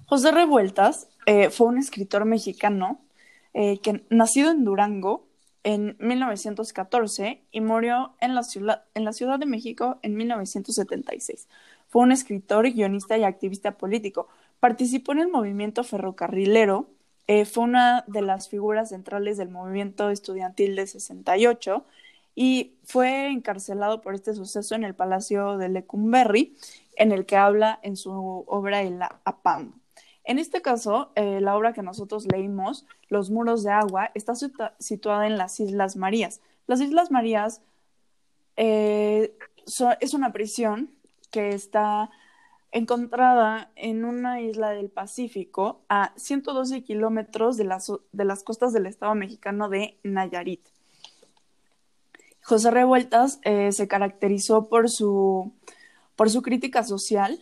José Revueltas fue un escritor mexicano que nacido en Durango en 1914 y murió en la Ciudad de México en 1976. Fue un escritor, guionista y activista político. Participó en el movimiento ferrocarrilero, fue una de las figuras centrales del movimiento estudiantil de 68 y fue encarcelado por este suceso en el Palacio de Lecumberri, en el que habla en su obra El Apam. En este caso, la obra que nosotros leímos, Los muros de agua, está situada en las Islas Marías. Las Islas Marías es una prisión que está encontrada en una isla del Pacífico a 112 kilómetros de las costas del estado mexicano de Nayarit. José Revueltas se caracterizó por su crítica social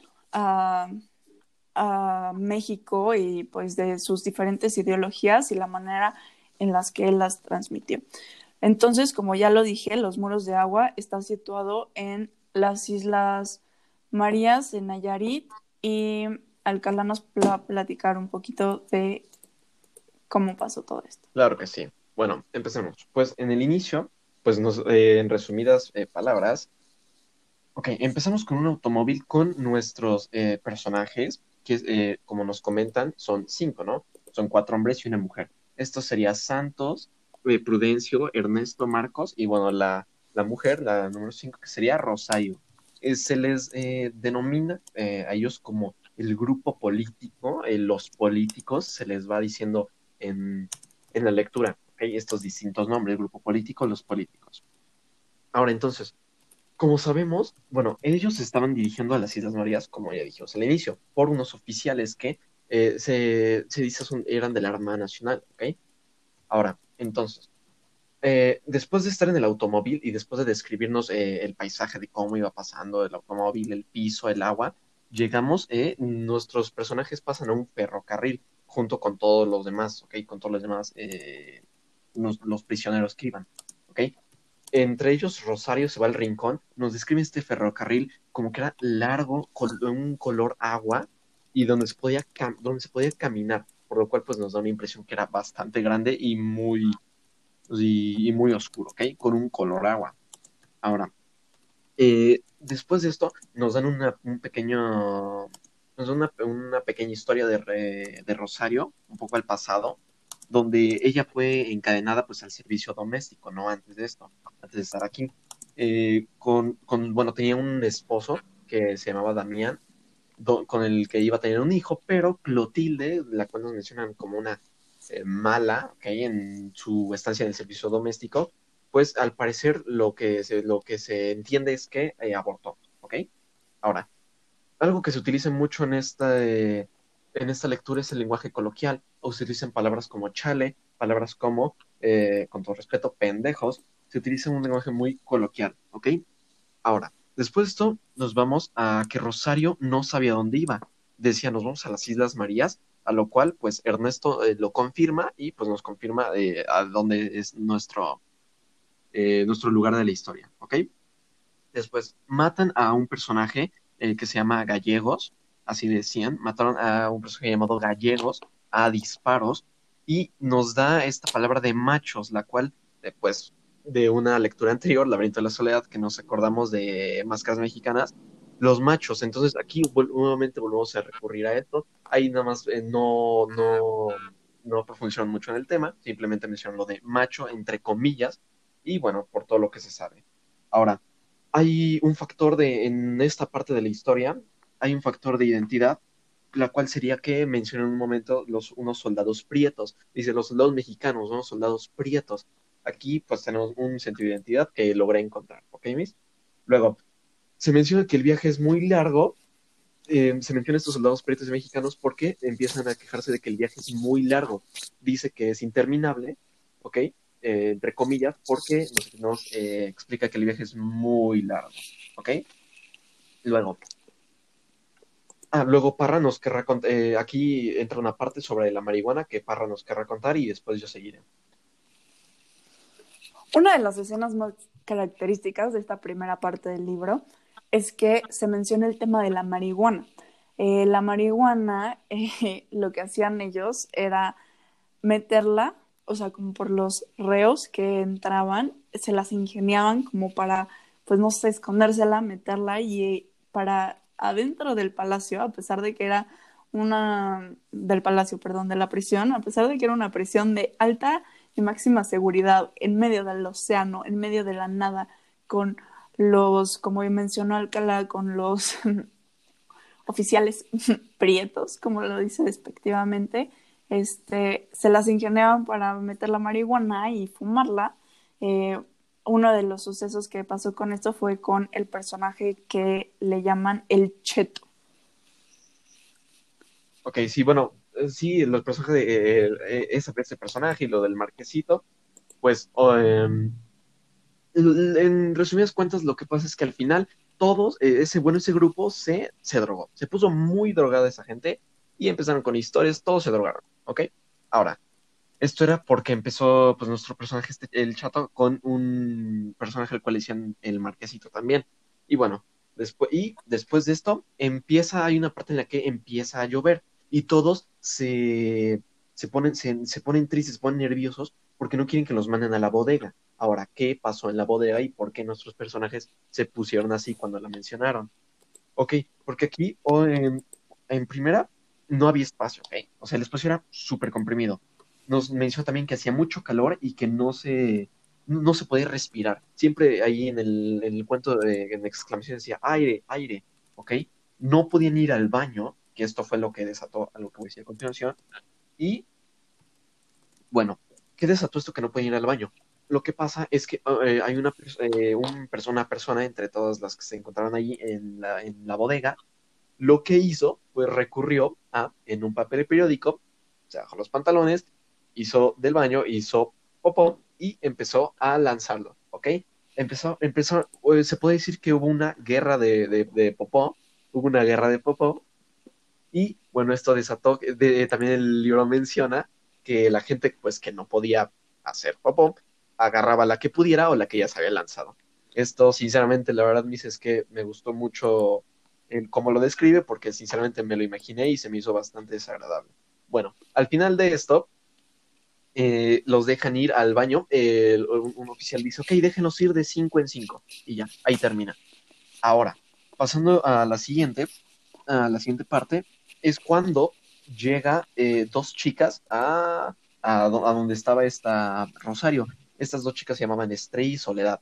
a México y pues de sus diferentes ideologías y la manera en las que él las transmitió. Entonces, como ya lo dije, Los Muros de Agua está situado en las Islas Marías, en Nayarit, y Alcalá nos va a platicar un poquito de cómo pasó todo esto. Claro que sí. Bueno, empecemos. Pues en el inicio, en resumidas palabras, ok, empezamos con un automóvil con nuestros personajes, que como nos comentan, son cinco, ¿no? Son cuatro hombres y una mujer. Esto sería Santos, Prudencio, Ernesto, Marcos y bueno, la mujer, la número cinco, que sería Rosario. Se les denomina a ellos como el grupo político, los políticos, se les va diciendo en la lectura, ¿ok? Estos distintos nombres, grupo político, los políticos. Ahora entonces, como sabemos, bueno, ellos se estaban dirigiendo a las Islas Marías, como ya dijimos al inicio, por unos oficiales que se dice eran de la Armada Nacional, ¿ok? Ahora, entonces, después de estar en el automóvil y después de describirnos el paisaje de cómo iba pasando el automóvil, el piso, el agua, llegamos, nuestros personajes pasan a un ferrocarril junto con todos los demás, ¿ok? Con todos los demás, los prisioneros que iban, ¿ok? Entre ellos, Rosario se va al rincón, nos describe este ferrocarril como que era largo, con un color agua, y donde se podía caminar, por lo cual pues nos da una impresión que era bastante grande y muy oscuro, ¿ok? Con un color agua. Ahora, después de esto, nos dan una pequeña historia de Rosario, un poco al pasado, donde ella fue encadenada pues al servicio doméstico, ¿no? Antes de esto, antes de estar aquí. Bueno, tenía un esposo que se llamaba Damián, con el que iba a tener un hijo, pero Clotilde, la cual nos mencionan como una mala, que en su estancia en el servicio doméstico, pues al parecer lo que se entiende es que abortó, ¿ok? Ahora, algo que se utiliza mucho en esta lectura es el lenguaje coloquial, o se utilizan palabras como chale, palabras como, con todo respeto, pendejos, se utiliza un lenguaje muy coloquial, ¿ok? Ahora, después de esto, nos vamos a que Rosario no sabía dónde iba. Decía, nos vamos a las Islas Marías, a lo cual, pues, Ernesto lo confirma y, pues, nos confirma a dónde es nuestro lugar de la historia, ¿ok? Después, matan a un personaje que se llama Gallegos, así decían, mataron a un personaje llamado Gallegos a disparos y nos da esta palabra de machos, la cual, pues, de una lectura anterior, Laberinto de la Soledad, que nos acordamos de Máscaras Mexicanas, los machos. Entonces, aquí nuevamente volvemos a recurrir a esto. Ahí nada más no profundizan mucho en el tema, simplemente mencionan lo de macho, entre comillas, y bueno, por todo lo que se sabe. Ahora, hay un factor en esta parte de la historia, hay un factor de identidad, la cual sería que mencioné en un momento unos soldados prietos. Dice, los soldados mexicanos, unos soldados prietos. Aquí pues tenemos un sentido de identidad que logré encontrar, ¿ok, mis? Luego, se menciona que el viaje es muy largo, se menciona estos soldados prietos y mexicanos porque empiezan a quejarse de que el viaje es muy largo. Dice que es interminable, ¿ok? Entre comillas, porque nos explica que el viaje es muy largo, ¿ok? Luego, luego Parra nos querrá contar, aquí entra una parte sobre la marihuana que Parra nos querrá contar y después yo seguiré. Una de las escenas más características de esta primera parte del libro es que se menciona el tema de la marihuana. La marihuana, lo que hacían ellos era meterla, o sea, como por los reos que entraban, se las ingeniaban como para, pues no sé, escondérsela, meterla y para adentro del palacio, a pesar de que era del palacio, perdón, de la prisión, a pesar de que era una prisión de alta y máxima seguridad, en medio del océano, en medio de la nada, con como mencionó Alcalá, con los oficiales prietos, como lo dice despectivamente, se las ingeniaban para meter la marihuana y fumarla. Eh, Uno de los sucesos que pasó con esto fue con el personaje que le llaman el Cheto. Ok, sí, bueno, sí, los personajes de ese personaje y lo del marquesito, pues en resumidas cuentas, lo que pasa es que al final todos, ese grupo se drogó, se puso muy drogada esa gente y empezaron con historias, todos se drogaron, ¿ok? Ahora, esto era porque empezó, pues, nuestro personaje, el chato, con un personaje al cual le decían el marquesito también. Y bueno, después de esto, hay una parte en la que empieza a llover y todos se ponen tristes, se ponen nerviosos porque no quieren que los manden a la bodega. Ahora, ¿qué pasó en la bodega y por qué nuestros personajes se pusieron así cuando la mencionaron? Ok, porque aquí en primera no había espacio, ok. O sea, el espacio era súper comprimido. Nos mencionó también que hacía mucho calor y que no se podía respirar. Siempre ahí en el cuento en exclamación decía aire, aire, ok. No podían ir al baño, que esto fue lo que desató a lo que voy a decir a continuación. Y bueno, ¿qué desató esto que no pueden ir al baño? Lo que pasa es que hay una persona entre todas las que se encontraron allí en la bodega, lo que hizo, pues recurrió en un papel periódico, se bajó los pantalones, hizo del baño, hizo popó y empezó a lanzarlo, ¿ok? Se puede decir que hubo una guerra de popó, hubo una guerra de popó, y bueno, esto desató, también el libro menciona que la gente, pues que no podía hacer popó, agarraba la que pudiera o la que ya se había lanzado. Esto, sinceramente, la verdad, Miss, es que me gustó mucho cómo lo describe, porque sinceramente me lo imaginé y se me hizo bastante desagradable. Bueno, al final de esto, los dejan ir al baño, un oficial dice, ok, déjenlos ir de 5 en 5, y ya, ahí termina. Ahora, pasando a la siguiente parte, es cuando llega dos chicas a donde estaba esta Rosario. Estas dos chicas se llamaban Estrella y Soledad.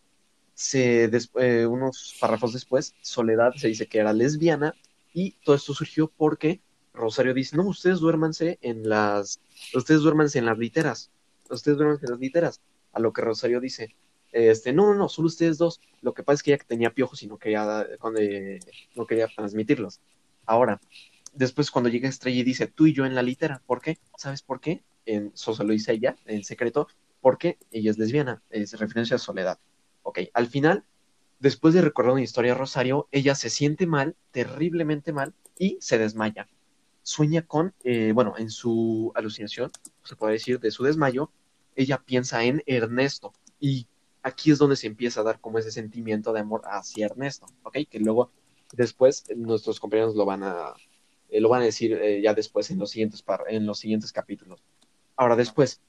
Unos párrafos después, Soledad se dice que era lesbiana y todo esto surgió porque Rosario dice, no, ustedes duérmanse en las literas, ustedes duérmanse en las literas. A lo que Rosario dice, no, no, no, solo ustedes dos. Lo que pasa es que ella tenía piojos y no quería transmitirlos. Ahora, después cuando llega Estrella y dice, tú y yo en la litera, ¿por qué? ¿Sabes por qué? Eso se lo dice ella en secreto, porque ella es lesbiana, es referencia a Soledad. Ok, al final, después de recordar una historia a Rosario, ella se siente mal, terriblemente mal, y se desmaya. Sueña bueno, en su alucinación, se puede decir, de su desmayo, ella piensa en Ernesto. Y aquí es donde se empieza a dar como ese sentimiento de amor hacia Ernesto, ¿ok? Que luego, después, nuestros compañeros lo van a decir ya después en en los siguientes capítulos. Ahora, después,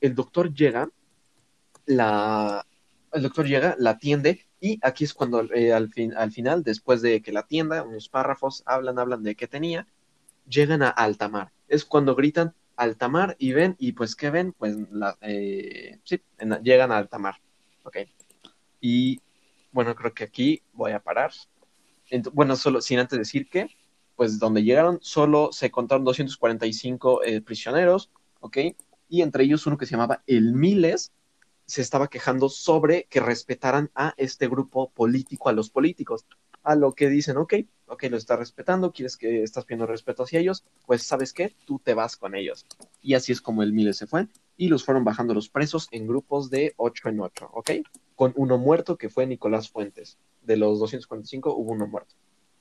la, el doctor llega, la atiende y aquí es cuando al final, después de que la atienda, unos párrafos hablan de qué tenía, llegan a Altamar. Es cuando gritan Altamar y ven, y pues ¿qué ven? Pues sí, llegan a Altamar. Ok. Y bueno, creo que aquí voy a parar. Bueno, solo sin antes decir que, pues donde llegaron, solo se contaron 245 prisioneros, ¿ok? Y entre ellos uno que se llamaba el Miles, se estaba quejando sobre que respetaran a este grupo político, a los políticos. A lo que dicen, ok, ok, lo estás respetando, quieres que estás pidiendo respeto hacia ellos, pues ¿sabes qué? Tú te vas con ellos. Y así es como el Miles se fue y los fueron bajando los presos en grupos de 8 en 8, ¿ok? Con uno muerto que fue Nicolás Fuentes. De los 245 hubo uno muerto.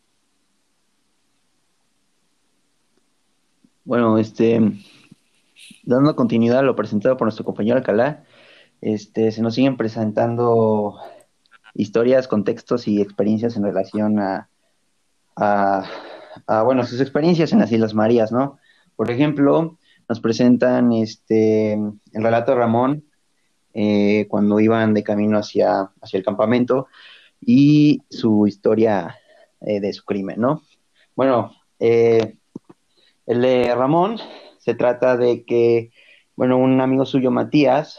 Bueno, dando continuidad a lo presentado por nuestro compañero Alcalá, se nos siguen presentando historias, contextos y experiencias en relación a bueno, sus experiencias en las Islas Marías, ¿no? Por ejemplo, nos presentan el relato de Ramón cuando iban de camino hacia el campamento y su historia de su crimen, ¿no? Bueno, el de Ramón se trata de que, bueno, un amigo suyo, Matías,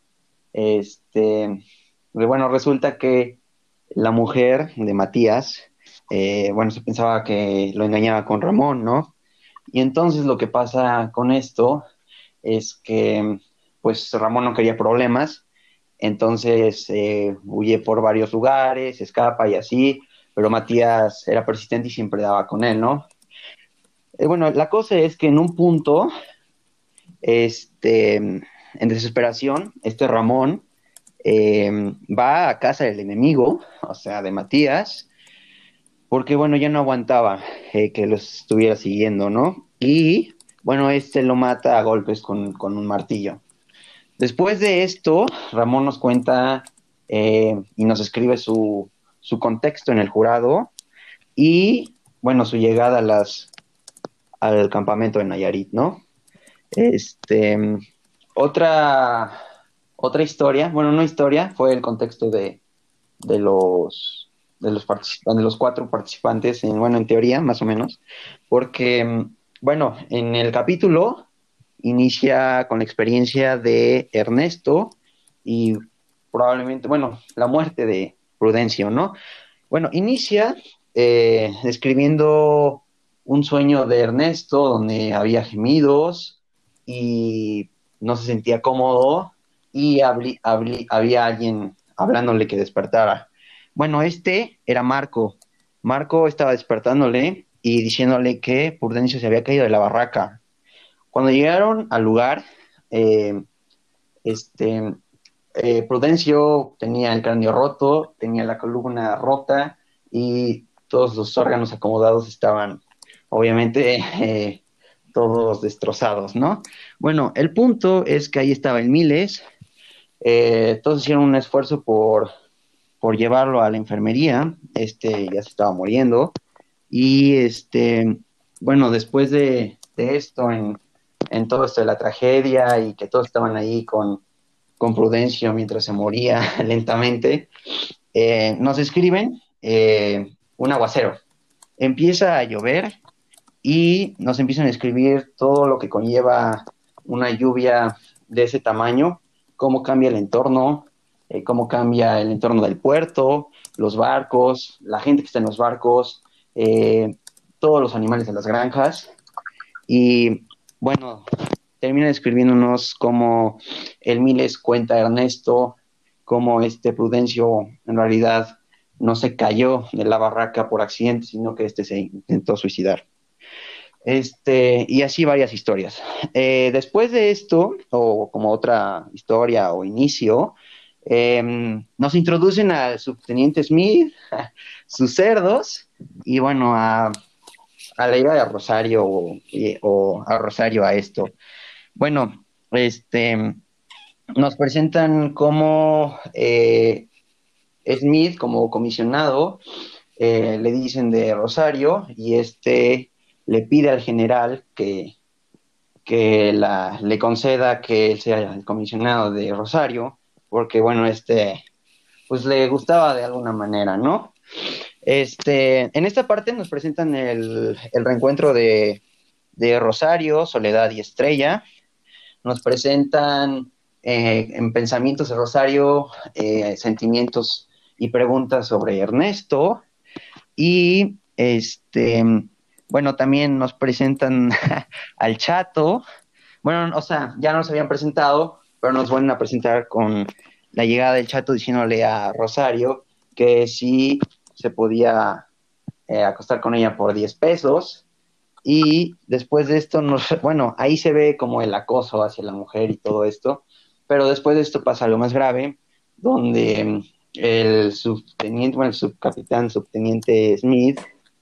bueno, resulta que la mujer de Matías, bueno, se pensaba que lo engañaba con Ramón, ¿no? Y entonces lo que pasa con esto es que, pues, Ramón no quería problemas, entonces huye por varios lugares, escapa y así, pero Matías era persistente y siempre daba con él, ¿no? Bueno, la cosa es que en un punto, en desesperación, Ramón va a casa del enemigo, o sea, de Matías, porque bueno, ya no aguantaba que los estuviera siguiendo, ¿no? Y bueno, lo mata a golpes con un martillo. Después de esto, Ramón nos cuenta y nos escribe su contexto en el jurado y bueno, su llegada al campamento de Nayarit, ¿no? Este, otra, otra historia, bueno, no historia, fue el contexto de los, de los cuatro participantes, bueno, en teoría, más o menos, porque, bueno, en el capítulo inicia con la experiencia de Ernesto y probablemente, bueno, la muerte de Prudencio, ¿no? Bueno, inicia describiendo un sueño de Ernesto donde había gemidos y no se sentía cómodo y había alguien hablándole que despertara. Bueno, era Marco. Marco estaba despertándole y diciéndole que Prudencio se había caído de la barraca. Cuando llegaron al lugar, eh, este, Prudencio tenía el cráneo roto, tenía la columna rota y todos los órganos acomodados estaban, obviamente, todos destrozados, ¿no? Bueno, el punto es que ahí estaba el Miles, todos hicieron un esfuerzo por llevarlo a la enfermería, ya se estaba muriendo, y bueno, después de esto, en todo esto de la tragedia y que todos estaban ahí con Prudencio mientras se moría lentamente, nos escriben un aguacero. Empieza a llover y nos empiezan a escribir todo lo que conlleva una lluvia de ese tamaño, cómo cambia el entorno, cómo cambia el entorno del puerto, los barcos, la gente que está en los barcos, todos los animales de las granjas. Y bueno, termina describiéndonos cómo el Miles cuenta a Ernesto, cómo Prudencio en realidad no se cayó de la barraca por accidente, sino que se intentó suicidar. Y así varias historias. Después de esto, o como otra historia o inicio, nos introducen al subteniente Smith, sus cerdos, y bueno, a la ida de Rosario o a Rosario a esto. Bueno, nos presentan como Smith, como comisionado, le dicen de Rosario y le pide al general que le conceda que él sea el comisionado de Rosario, porque bueno, pues le gustaba de alguna manera, ¿no? En esta parte nos presentan el reencuentro de Rosario, Soledad y Estrella. Nos presentan en Pensamientos de Rosario sentimientos y preguntas sobre Ernesto. Y bueno, también nos presentan al Chato. Bueno, o sea, ya nos habían presentado, pero nos vuelven a presentar con la llegada del Chato diciéndole a Rosario que sí se podía acostar con ella por 10 pesos. Y después de esto, bueno, ahí se ve como el acoso hacia la mujer y todo esto, pero después de esto pasa lo más grave, donde el subteniente, bueno, el subteniente Smith,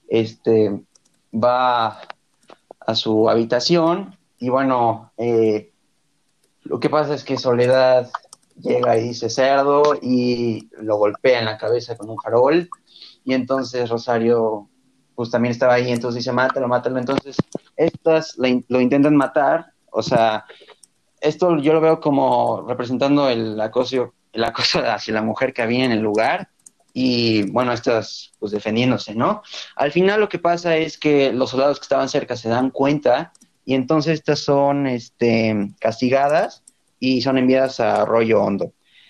va a su habitación y bueno, lo que pasa es que Soledad llega y dice cerdo y lo golpea en la cabeza con un farol y entonces Rosario pues también estaba ahí, entonces dice, mátalo, mátalo. Entonces, lo intentan matar, o sea, esto yo lo veo como representando el acoso hacia la mujer que había en el lugar y, bueno, estas, pues defendiéndose, ¿no? Al final lo que pasa es que los soldados que estaban cerca se dan cuenta y entonces estas son, castigadas y son enviadas a Arroyo Hondo.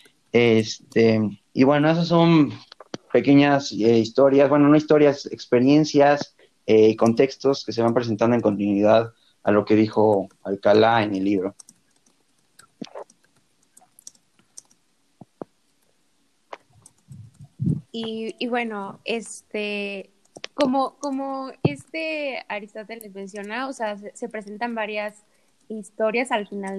Y bueno, esas son pequeñas historias, bueno, no historias, experiencias y contextos que se van presentando en continuidad a lo que dijo Alcalá en el libro. Y bueno, como Aristóteles menciona, o sea, se presentan varias historias al final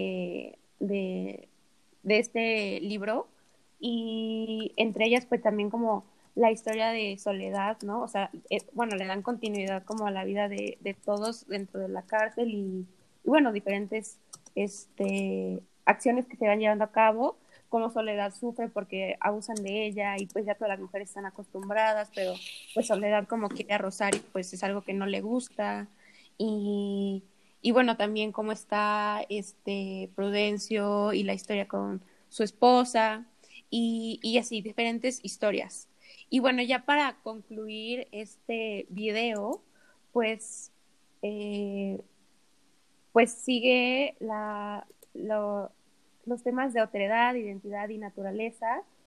de este libro, y entre ellas pues también como la historia de Soledad, ¿no? O sea, bueno, le dan continuidad como a la vida de todos dentro de la cárcel y bueno, diferentes acciones que se van llevando a cabo, como Soledad sufre porque abusan de ella y pues ya todas las mujeres están acostumbradas, pero pues Soledad como quiere a Rosario, pues es algo que no le gusta. Y, y bueno, también cómo está Prudencio y la historia con su esposa y así, diferentes historias. Y bueno, ya para concluir este video, pues, eh, pues sigue los temas de otredad, identidad y naturaleza,